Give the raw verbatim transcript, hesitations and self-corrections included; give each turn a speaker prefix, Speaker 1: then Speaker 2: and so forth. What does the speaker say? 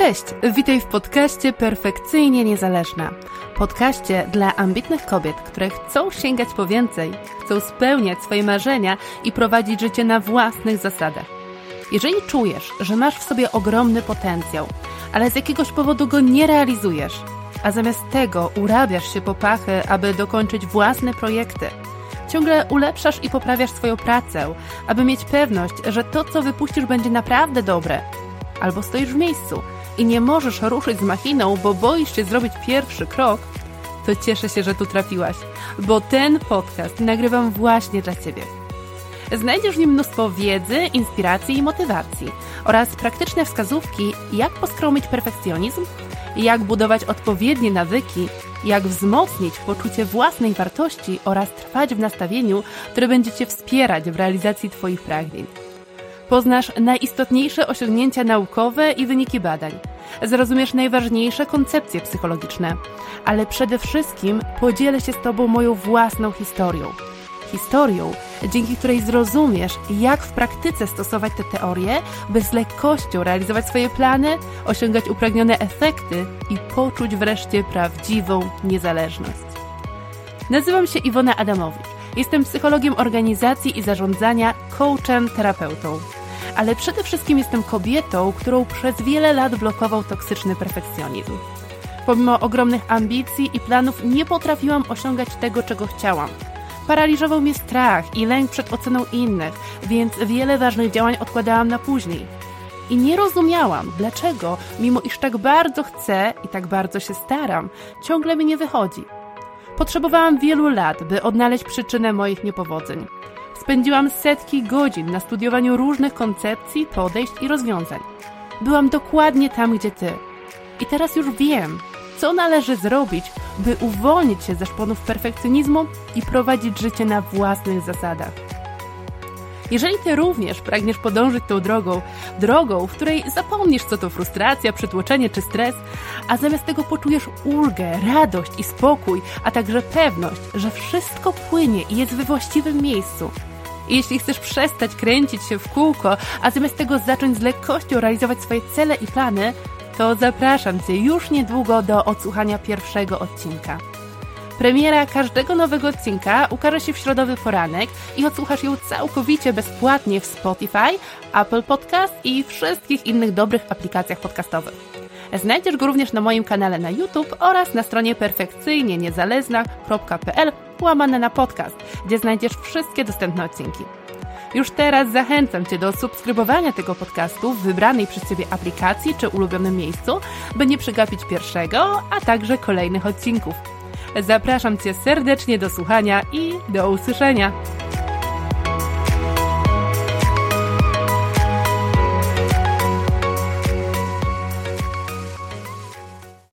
Speaker 1: Cześć! Witaj w podcaście Perfekcyjnie Niezależna. Podcaście dla ambitnych kobiet, które chcą sięgać po więcej, chcą spełniać swoje marzenia i prowadzić życie na własnych zasadach. Jeżeli czujesz, że masz w sobie ogromny potencjał, ale z jakiegoś powodu go nie realizujesz, a zamiast tego urabiasz się po pachy, aby dokończyć własne projekty, ciągle ulepszasz i poprawiasz swoją pracę, aby mieć pewność, że to, co wypuścisz, będzie naprawdę dobre, albo stoisz w miejscu i nie możesz ruszyć z machiną, bo boisz się zrobić pierwszy krok, to cieszę się, że tu trafiłaś, bo ten podcast nagrywam właśnie dla Ciebie. Znajdziesz w nim mnóstwo wiedzy, inspiracji i motywacji oraz praktyczne wskazówki, jak poskromić perfekcjonizm, jak budować odpowiednie nawyki, jak wzmocnić poczucie własnej wartości oraz trwać w nastawieniu, które będzie Cię wspierać w realizacji Twoich pragnień. Poznasz najistotniejsze osiągnięcia naukowe i wyniki badań. Zrozumiesz najważniejsze koncepcje psychologiczne, ale przede wszystkim podzielę się z Tobą moją własną historią. Historią, dzięki której zrozumiesz, jak w praktyce stosować te teorie, by z lekkością realizować swoje plany, osiągać upragnione efekty i poczuć wreszcie prawdziwą niezależność. Nazywam się Iwona Adamowicz. Jestem psychologiem organizacji i zarządzania, coachem, terapeutą. Ale przede wszystkim jestem kobietą, którą przez wiele lat blokował toksyczny perfekcjonizm. Pomimo ogromnych ambicji i planów nie potrafiłam osiągać tego, czego chciałam. Paraliżował mnie strach i lęk przed oceną innych, więc wiele ważnych działań odkładałam na później. I nie rozumiałam, dlaczego, mimo iż tak bardzo chcę i tak bardzo się staram, ciągle mi nie wychodzi. Potrzebowałam wielu lat, by odnaleźć przyczynę moich niepowodzeń. Spędziłam setki godzin na studiowaniu różnych koncepcji, podejść i rozwiązań. Byłam dokładnie tam, gdzie Ty. I teraz już wiem, co należy zrobić, by uwolnić się ze szponów perfekcjonizmu i prowadzić życie na własnych zasadach. Jeżeli Ty również pragniesz podążyć tą drogą, drogą, w której zapomnisz, co to frustracja, przytłoczenie czy stres, a zamiast tego poczujesz ulgę, radość i spokój, a także pewność, że wszystko płynie i jest we właściwym miejscu. I jeśli chcesz przestać kręcić się w kółko, a zamiast tego zacząć z lekkością realizować swoje cele i plany, to zapraszam Cię już niedługo do odsłuchania pierwszego odcinka. Premiera każdego nowego odcinka ukaże się w środowy poranek i odsłuchasz ją całkowicie bezpłatnie w Spotify, Apple Podcast i wszystkich innych dobrych aplikacjach podcastowych. Znajdziesz go również na moim kanale na YouTube oraz na stronie perfekcyjnie niezależna kropka p l łamane na podcast, gdzie znajdziesz wszystkie dostępne odcinki. Już teraz zachęcam Cię do subskrybowania tego podcastu w wybranej przez Ciebie aplikacji czy ulubionym miejscu, by nie przegapić pierwszego, a także kolejnych odcinków. Zapraszam Cię serdecznie do słuchania i do usłyszenia.